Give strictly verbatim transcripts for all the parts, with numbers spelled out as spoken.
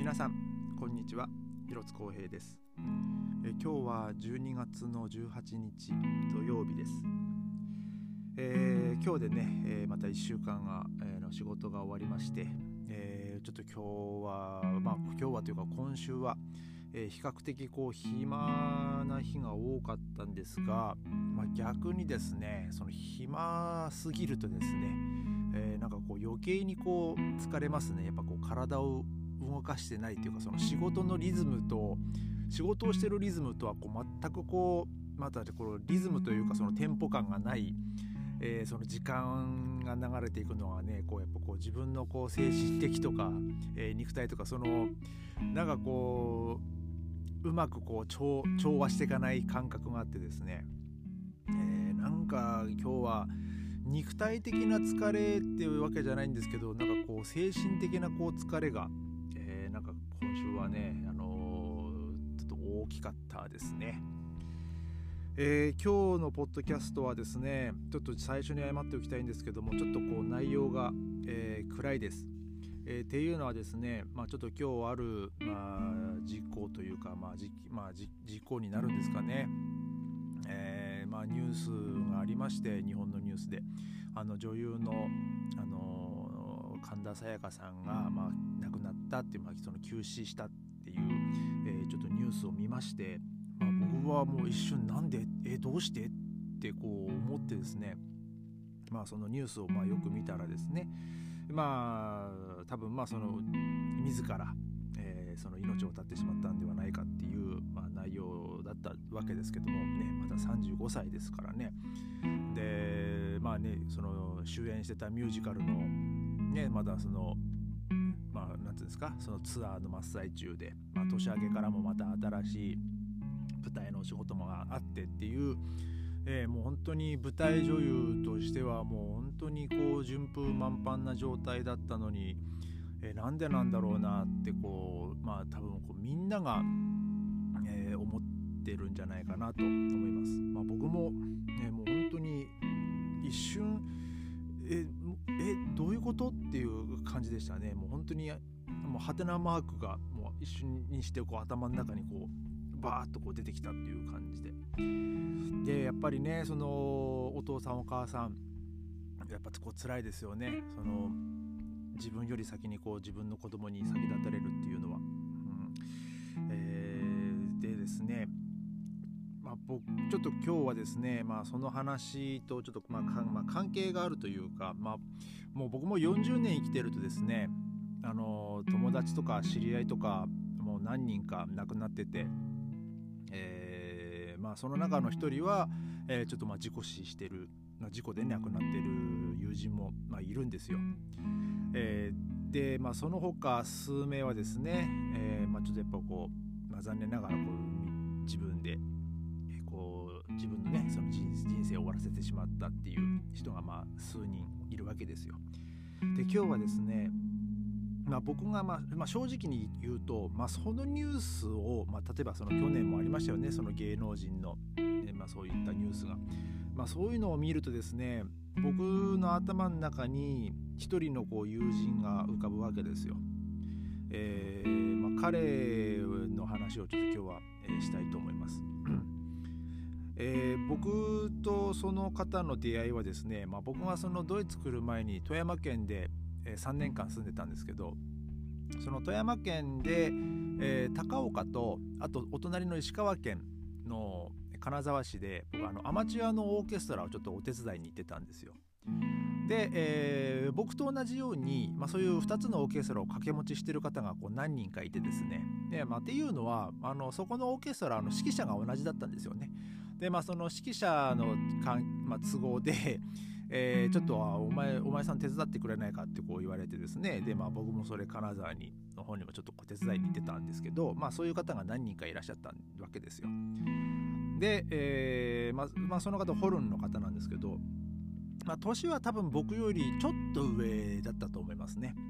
皆さんこんにちは、広津光平です。え今日はじゅうにがつのじゅうはちにち土曜日です。えー、今日でね、えー、またいっしゅうかんが、えー、の仕事が終わりまして、えー、ちょっと今日はまあ今日はというか今週は、えー、比較的こう暇な日が多かったんですが、まあ、逆にですねその暇すぎるとですね、えー、なんかこう余計にこう疲れますね。やっぱこう体を動かしてないというか、その仕事のリズムと仕事をしてるリズムとはこう全くこうまたこのリズムというかそのテンポ感がない、えー、その時間が流れていくのはね、こうやっぱこう自分のこう精神的とか、えー、肉体とかそのなんかこううまくこう 調, 調和していかない感覚があってですね、えー、なんか今日は肉体的な疲れっていうわけじゃないんですけど、なんかこう精神的なこう疲れが、えー、なんか今週はね、あのー、ちょっと大きかったですね。えー、今日のポッドキャストはですね、ちょっと最初に謝っておきたいんですけども、ちょっとこう内容が、えー、暗いです。えー、っていうのはですね、まあ、ちょっと今日ある、まあ、実行というか、まあじまあ、実行になるんですかね。えーまあ、ニュースがありまして、日本のニュースであの女優の、あのー、神田沙也加さんが、まあ、亡くなったっていう、まあ、その急死したっていう、えー、ちょっとニュースを見まして、まあ、僕はもう一瞬なんでえどうしてってこう思ってですね、まあ、そのニュースをまあよく見たらですね、まあ多分まあその自ら、えー、その命を絶ってしまったんではないかっていう、まあ、内容だったわけですけどもね、まださんじゅうごさいですからね。でまあね、その主演してたミュージカルのね、まだそのまあなんていうんですか、そのツアーの真っ最中で、まあ、年明けからもまた新しい舞台のお仕事もあってっていう、えー、もう本当に舞台女優としてはもう本当にこう順風満帆な状態だったのに、えー、なんでなんだろうなってこうまあ多分こうみんなが、えー、思ってるんじゃないかなと思います。まあ、僕も、ね、もう本当に一瞬ええどういうことっていう感じでしたね。もう本当にもうハテナマークがもう一瞬にしてこう頭の中にこうバーッとこう出てきたっていう感じで、でやっぱりね、そのお父さんお母さんやっぱこう辛いですよね。その自分より先にこう自分の子供に先立たれるっていうのは、うんえー、でですね、まあ、僕ちょっと今日はですね、まあ、その話とちょっと、まあかまあ、関係があるというか、まあ、もう僕もよんじゅうねん生きてるとですね、あの友達とか知り合いとかもう何人か亡くなってて、えーまあ、その中の一人は、えー、ちょっとまあ事故死してる、まあ、事故で亡くなってる友人も、まあ、いるんですよ。えー、で、まあ、その他数名はですね、えーまあ、ちょっとやっぱこう、まあ、残念ながらこう自分でこう自分のねその 人, 人生を終わらせてしまったっていう人がまあ数人いるわけですよ。で今日はですね、まあ、僕が、まあまあ、正直に言うと、まあ、そのニュースを、まあ、例えばその去年もありましたよね、その芸能人の、えまあ、そういったニュースが、まあ、そういうのを見るとですね、僕の頭の中に一人のこう友人が浮かぶわけですよ。えーまあ、彼の話をちょっと今日は、えー、したいと思います。えー、僕とその方の出会いはですね、まあ、僕がそのドイツ来る前に富山県でさんねんかん住んでたんですけど、その富山県で、えー、高岡とあとお隣の石川県の金沢市で僕あのアマチュアのオーケストラをちょっとお手伝いに行ってたんですよ。で、えー、僕と同じように、まあ、そういうふたつのオーケストラを掛け持ちしてる方がこう何人かいてですね、で、まあ、っていうのはあのそこのオーケストラの指揮者が同じだったんですよね。で、まあ、その指揮者のかん、まあ、都合でえー、ちょっとお前お前さん手伝ってくれないかってこう言われてですね、で、まあ、僕もそれ金沢にの方にもちょっとこう手伝いに行ってたんですけど、まあ、そういう方が何人かいらっしゃったわけですよ。で、えーまあまあ、その方ホルンの方なんですけど、まあ、年は多分僕よりちょっと上だったと思いますね。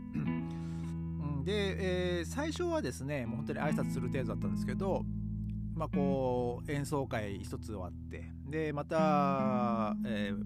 で、えー、最初はですねもう本当に挨拶する程度だったんですけど、まあ、こう演奏会一つ終わって、でまた、えー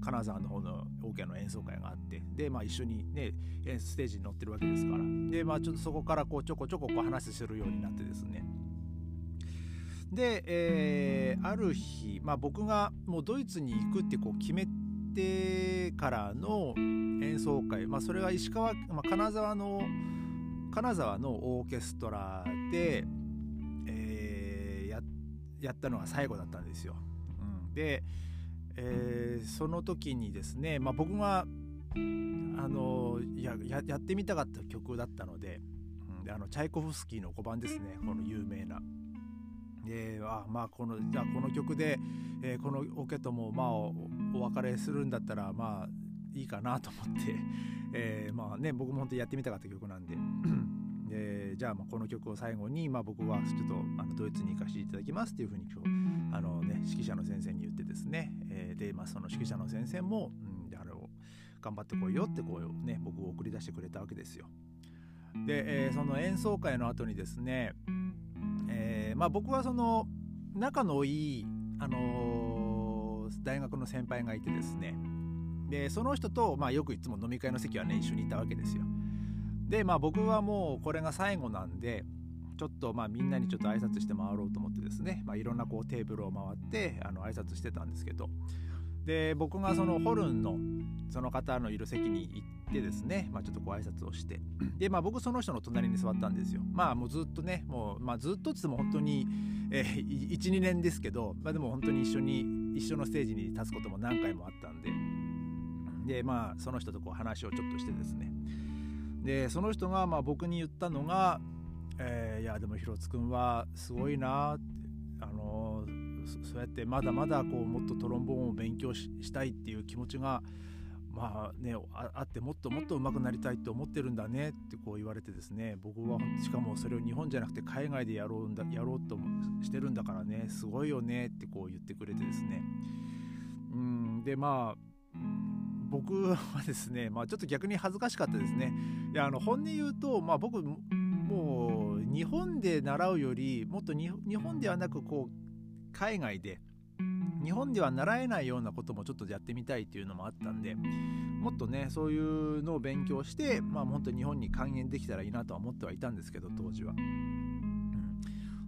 金沢の方のオーケーの演奏会があって、で、まあ、一緒にねステージに乗ってるわけですから、で、まあ、ちょっとそこからこうちょこちょここう話するようになってですね、で、えー、ある日、まあ、僕がもうドイツに行くってこう決めてからの演奏会、まあ、それが石川、まあ、金沢の金沢のオーケストラで、えー、や, やったのが最後だったんですよ、うん、で、えー、その時にですね、まあ、僕があの や, や, やってみたかった曲だったので、うん、であのチャイコフスキーのごばんですね、この有名な。で、あ、まあ、このじゃあこの曲で、えー、このオケともまあ お, お別れするんだったらまあいいかなと思って、えー、まあね僕も本当にやってみたかった曲なんでで、じゃあまあこの曲を最後に、まあ、僕はちょっとあのドイツに行かせていただきますっていうふうに今日あの、ね、指揮者の先生に言ってですね、えー、で、まあ、その指揮者の先生も、うん、あの頑張ってこいよってこう、ね、僕を送り出してくれたわけですよ。で、えー、その演奏会の後にですね、えーまあ、僕はその仲のいい、あのー、大学の先輩がいてですね、でその人と、まあ、よくいつも飲み会の席はね一緒にいたわけですよ。で、まあ、僕はもうこれが最後なんでちょっとまあみんなにちょっと挨拶して回ろうと思ってですね、まあ、いろんなこうテーブルを回ってあの挨拶してたんですけど、で僕がそのホルンのその方のいる席に行ってですね、まあ、ちょっとこう挨拶をして、で、まあ、僕その人の隣に座ったんですよ。まあもうずっとねもう、まあ、ずっとっつっても本当に、えー、いちにねんですけど、まあ、でも本当に一緒に一緒のステージに立つことも何回もあったんで、でまあその人とこう話をちょっとしてですね、でその人がまあ僕に言ったのが、えー、いやでも広津くんはすごいなって、あのー、そうやってまだまだこうもっとトロンボーンを勉強 し, したいっていう気持ちがまあね あ, あってもっともっと上手くなりたいと思ってるんだねってこう言われてですね、僕はしかもそれを日本じゃなくて海外でやろうんだやろうとしてるんだからね、すごいよねってこう言ってくれてですね、うんでまあ僕はですね、まあ、ちょっと逆に恥ずかしかったですね。いやあの本音言うと、まあ、僕もう日本で習うよりもっと日本ではなくこう海外で日本では習えないようなこともちょっとやってみたいっていうのもあったんで、もっとねそういうのを勉強して、まあ、本当に日本に還元できたらいいなとは思ってはいたんですけど当時は、うん、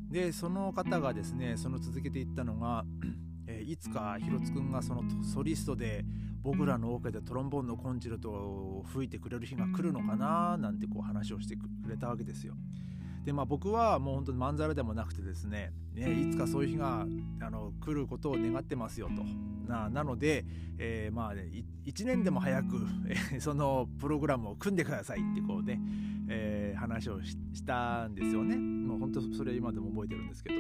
でその方がですねその続けていったのがえー、いつか広津くんがそのソリストで僕らのオケでトロンボーンのコンチェルトを吹いてくれる日が来るのかななんてこう話をしてくれたわけですよ。でまあ僕はもう本当にまんざらでもなくてですね、ねいつかそういう日があの来ることを願ってますよと。な, なので、えー、まあねいちねんでも早く、えー、そのプログラムを組んでくださいってこうね、えー、話を し, したんですよね。もう本当それ今でも覚えてるんですけど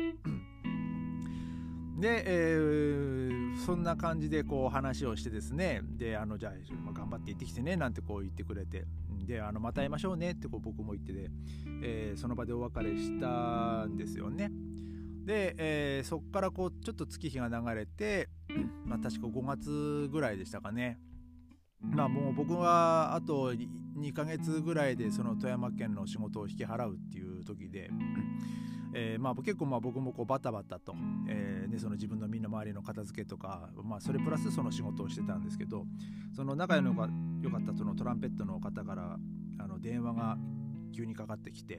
で、えー、そんな感じでこう話をしてですね、であのじゃあ頑張って行ってきてねなんてこう言ってくれて、であのまた会いましょうねってこう僕も言ってで、えー、その場でお別れしたんですよね。で、えー、そっからこうちょっと月日が流れて、まあ、確かごがつぐらいでしたかね。まあもう僕はあとにかげつぐらいでその富山県の仕事を引き払うっていう時でえーまあ、結構まあ僕もこうバタバタと、えーね、その自分の身の回りの片付けとか、まあ、それプラスその仕事をしてたんですけど、その仲良かったそのトランペットの方からあの電話が急にかかってきて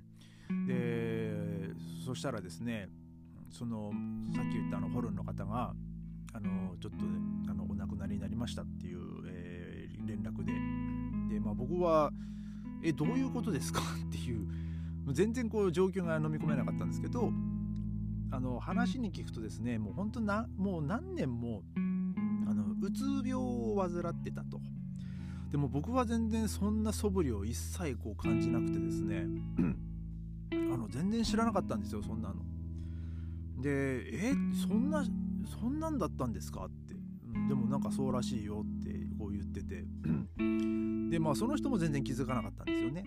でそしたらですね、そのさっき言ったあのホルンの方があのちょっと、ね、あのお亡くなりになりましたっていう、えー、連絡で、で、まあ、僕はえどういうことですかっていう全然こう状況が飲み込めなかったんですけど、あの話に聞くとですね、もう本当なもう何年もあのうつ病を患ってたと。でも僕は全然そんな素振りを一切こう感じなくてですねあの全然知らなかったんですよそんなので。えそんなそんなんだったんですかって、でもなんかそうらしいよってこう言っててでまあその人も全然気づかなかったんですよね。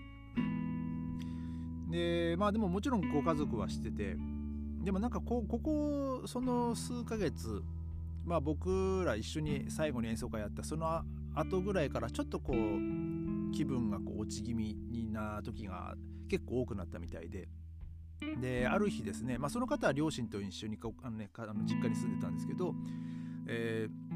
でまあでももちろんご家族は知ってて、でもなんかこうここその数ヶ月、まあ僕ら一緒に最後に演奏会やったその後ぐらいからちょっとこう気分がこう落ち気味な時が結構多くなったみたいで、である日ですね、まあ、その方は両親と一緒にこうあの、ね、あの実家に住んでたんですけど、えー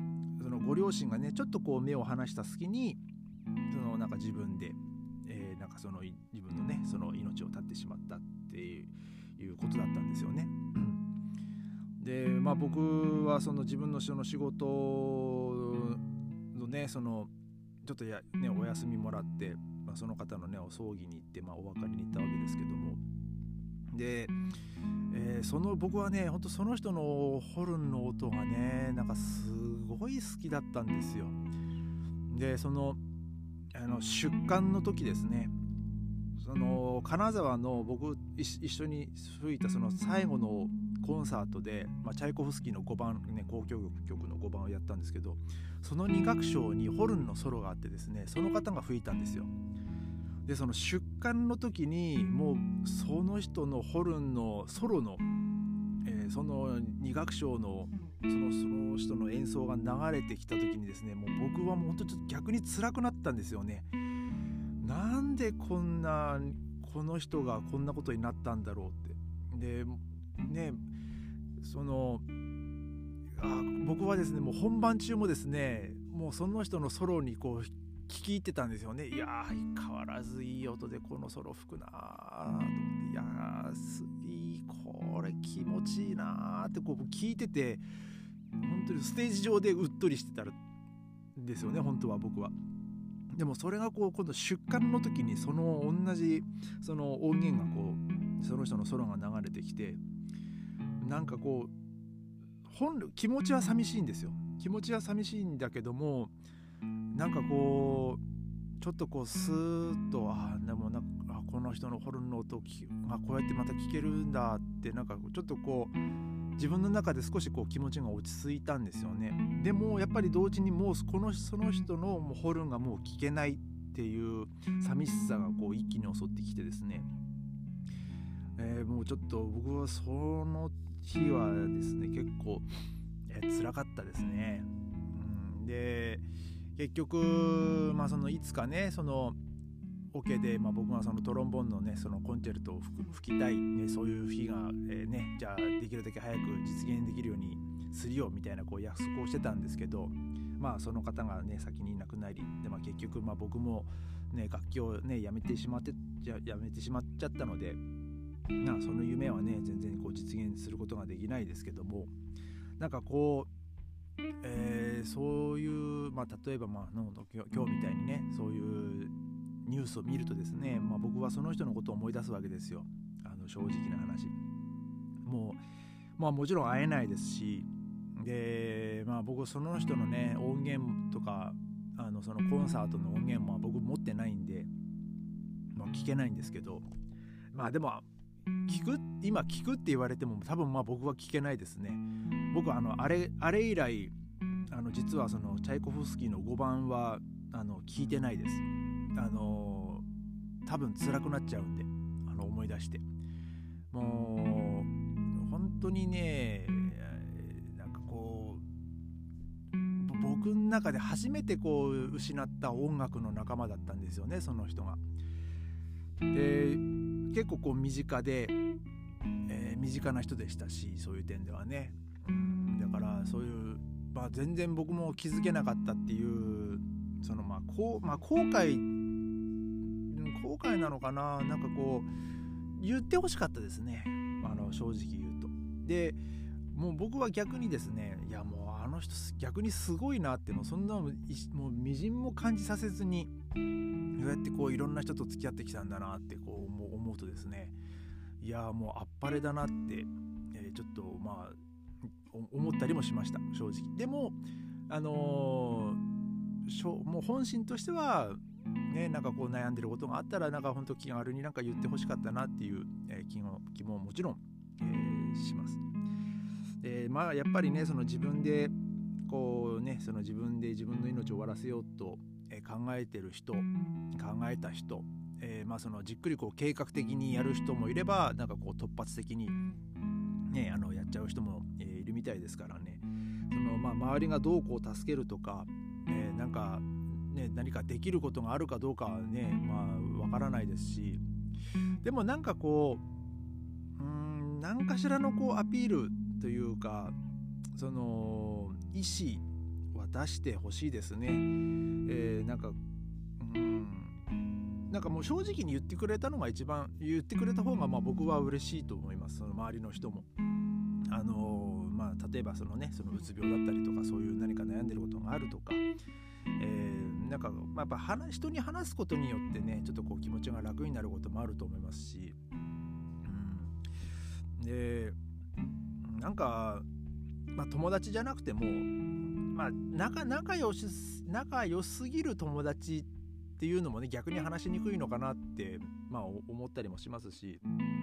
そのご両親がねちょっとこう目を離した隙にそのなんか自分で、えー、なんかその自分のねその命を絶ってしまったっていうことだったんですよね。でまあ僕はその自分のその仕事のねそのちょっとや、ね、お休みもらって、まあ、その方のねお葬儀に行って、まあ、お別れに行ったわけですけども、で、えー、その僕はね本当その人のホルンの音がねなんかすごい好きだったんですよ。でそのあの出棺の時ですね、その金沢の僕一緒に吹いたその最後のコンサートで、まあ、チャイコフスキーのごばん、ね、交響曲のごばんをやったんですけど、そのに楽章にホルンのソロがあってですね、その方が吹いたんですよ。でその出棺の時にもうその人のホルンのソロの、えー、そのに楽章のそのその人の演奏が流れてきた時にですね、もう僕はもう本当ちょっと逆に辛くなったんですよね。なんでこんなこの人がこんなことになったんだろうって。でねそのあ僕はですねもう本番中もですねもうその人のソロにこう聞き入ってたんですよね。いやー相変わらずいい音でこのソロ吹くなーと思って、いやーいいこれ気持ちいいなーってこう聞いてて、本当にステージ上でうっとりしてたんですよね本当は僕は。でもそれがこう今度出棺の時にその同じその音源がこうその人のソロが流れてきて、なんかこう本来気持ちは寂しいんですよ。気持ちは寂しいんだけども、なんかこうちょっとこうスーッとあでもなんかあこの人のホルンの音をあこうやってまた聴けるんだってなんかちょっとこう自分の中で少しこう気持ちが落ち着いたんですよね。でもやっぱり同時にもうこのその人のもうホルンがもう聴けないっていう寂しさがこう一気に襲ってきてですね、えー、もうちょっと僕はその日はですね結構、えー、辛かったですね。うん、で結局、まあ、そのいつかねそのオケで、まあ、僕がそのトロンボーンのねそのコンチェルトを吹きたい、ね、そういう日が、えーね、じゃあできるだけ早く実現できるようにするよみたいなこう約束をしてたんですけど、まあその方がね先にいなくなりで、まあ、結局まあ僕もね楽器をねやめてしまってじゃやめてしまっちゃったので、まあその夢はね全然こう実現することができないですけども、なんかこう、えー、そういう、まあ、例えば、まあ、の今日みたいにねそういうニュースを見るとですね、まあ、僕はその人のことを思い出すわけですよ。あの正直な話もう、まあ、もちろん会えないですし、で、まあ、僕その人のね音源とかあのそのコンサートの音源も僕持ってないんで、まあ、聞けないんですけど、まあでも聞く今聞くって言われても多分まあ僕は聞けないですね。僕はあのあれあれ以来あの実はそのチャイコフスキーのごばんはあの聞いてないです。あの多分辛くなっちゃうんで、あの思い出してもう本当にねなんかこう僕の中で初めてこう失った音楽の仲間だったんですよねその人が。で結構こう身近で、えー、身近な人でしたし、そういう点ではね、うん、だからそういう、まあ、全然僕も気づけなかったっていうそのまあこう、まあ、後悔後悔なのかな、なんかこう言ってほしかったですね、あの正直言うと。でもう僕は逆にですね、いやもうあの人逆にすごいなっていうのそんなのもうみじんも感じさせずにどうやってこういろんな人と付き合ってきたんだなってこう思う、思うとですね、いやもうあっぱれだなって、えー、ちょっとまあ思ったりもしました正直。でもあのー、しょもう本心としてはね、なんかこう悩んでることがあったらなんか本当気軽になんか言ってほしかったなっていう、えー、気も気ももちろん、えー、します。でまあやっぱりねその自分でこうねその自分で自分の命を終わらせようと考えてる人、考えた人、えー、まあそのじっくりこう計画的にやる人もいれば、なんかこう突発的にねあのやっちゃう人も、えー、いるみたいですからね。そのまあ周りがどうこう助けるとか、えー、なんかね何かできることがあるかどうかはねまあわからないですし、でもなんかこううーん何かしらのこうアピールというかその意思は出してほしいですね。えー、なんかうんなんかもう正直に言ってくれたのが一番言ってくれた方がまあ僕は嬉しいと思います。その周りの人もあのー、まあ例えばそのねそのうつ病だったりとかそういう何か悩んでることがあるとか、えー、なんか、まあ、やっぱ話人に話すことによってねちょっとこう気持ちが楽になることもあると思いますし、うん、でなんか、まあ、友達じゃなくても、まあ、仲仲良し仲良すぎる友達っていうのもね逆に話しにくいのかなって、まあ、思ったりもしますし、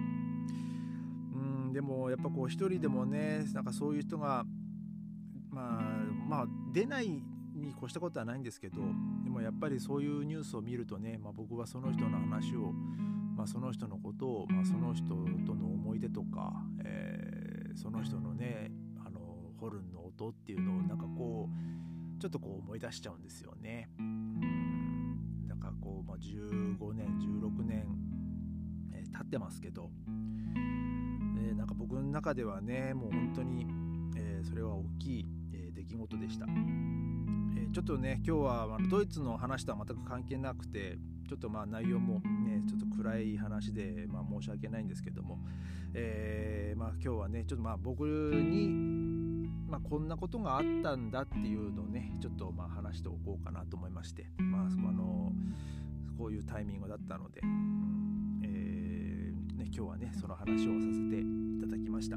うんでもやっぱこう一人でもねなんかそういう人がまあまあ出ないに越したことはないんですけど、でもやっぱりそういうニュースを見るとね、まあ、僕はその人の話を、まあ、その人のことを、まあ、その人との思い出とか、えー、その人のねあのホルンの音っていうのをなんかこうちょっとこう思い出しちゃうんですよね。なんかこう、まあ、じゅうごねんじゅうろくねん、えー、経ってますけど、えー、なんか僕の中ではねもう本当に、えー、それは大きい、えー、出来事でした。えー、ちょっとね今日は、まあ、ドイツの話とは全く関係なくてちょっとまあ内容もねちょっと暗い話で、まあ、申し訳ないんですけども、えーまあ、今日はねちょっとまあ僕に、まあ、こんなことがあったんだっていうのをねちょっとまあ話しておこうかなと思いまして、まあ、あのこういうタイミングだったので、うんえーね、今日はねその話をさせていただきました。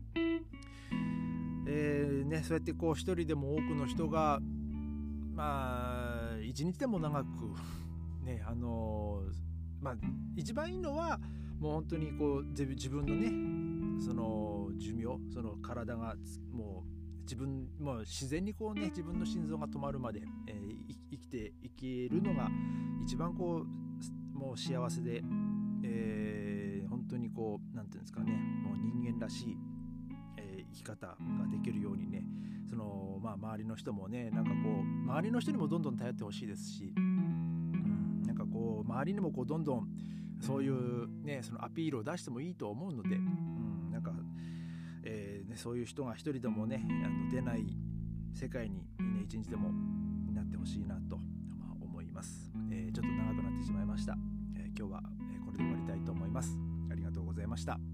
えーね、そうやってこう一人でも多くの人がまあ一日でも長くねあのー、まあ一番いいのはもう本当にこう自分のねその寿命その体がもう自分もう自然にこうね自分の心臓が止まるまで、えー、生きていけるのが一番こうもう幸せで、えー、本当にこうなんていうんですかねもう人間らしい生き方ができるようにねその、まあ、周りの人もねなんかこう周りの人にもどんどん頼ってほしいですし、うん、なんかこう周りにもこうどんどんそういうねそのアピールを出してもいいと思うので、うん、なんか、えーね、そういう人が一人でもねあの出ない世界に、ね、一日でもなってほしいなと、まあ、思います、えー、ちょっと長くなってしまいました、えー、今日はこれで終わりたいと思います。ありがとうございました。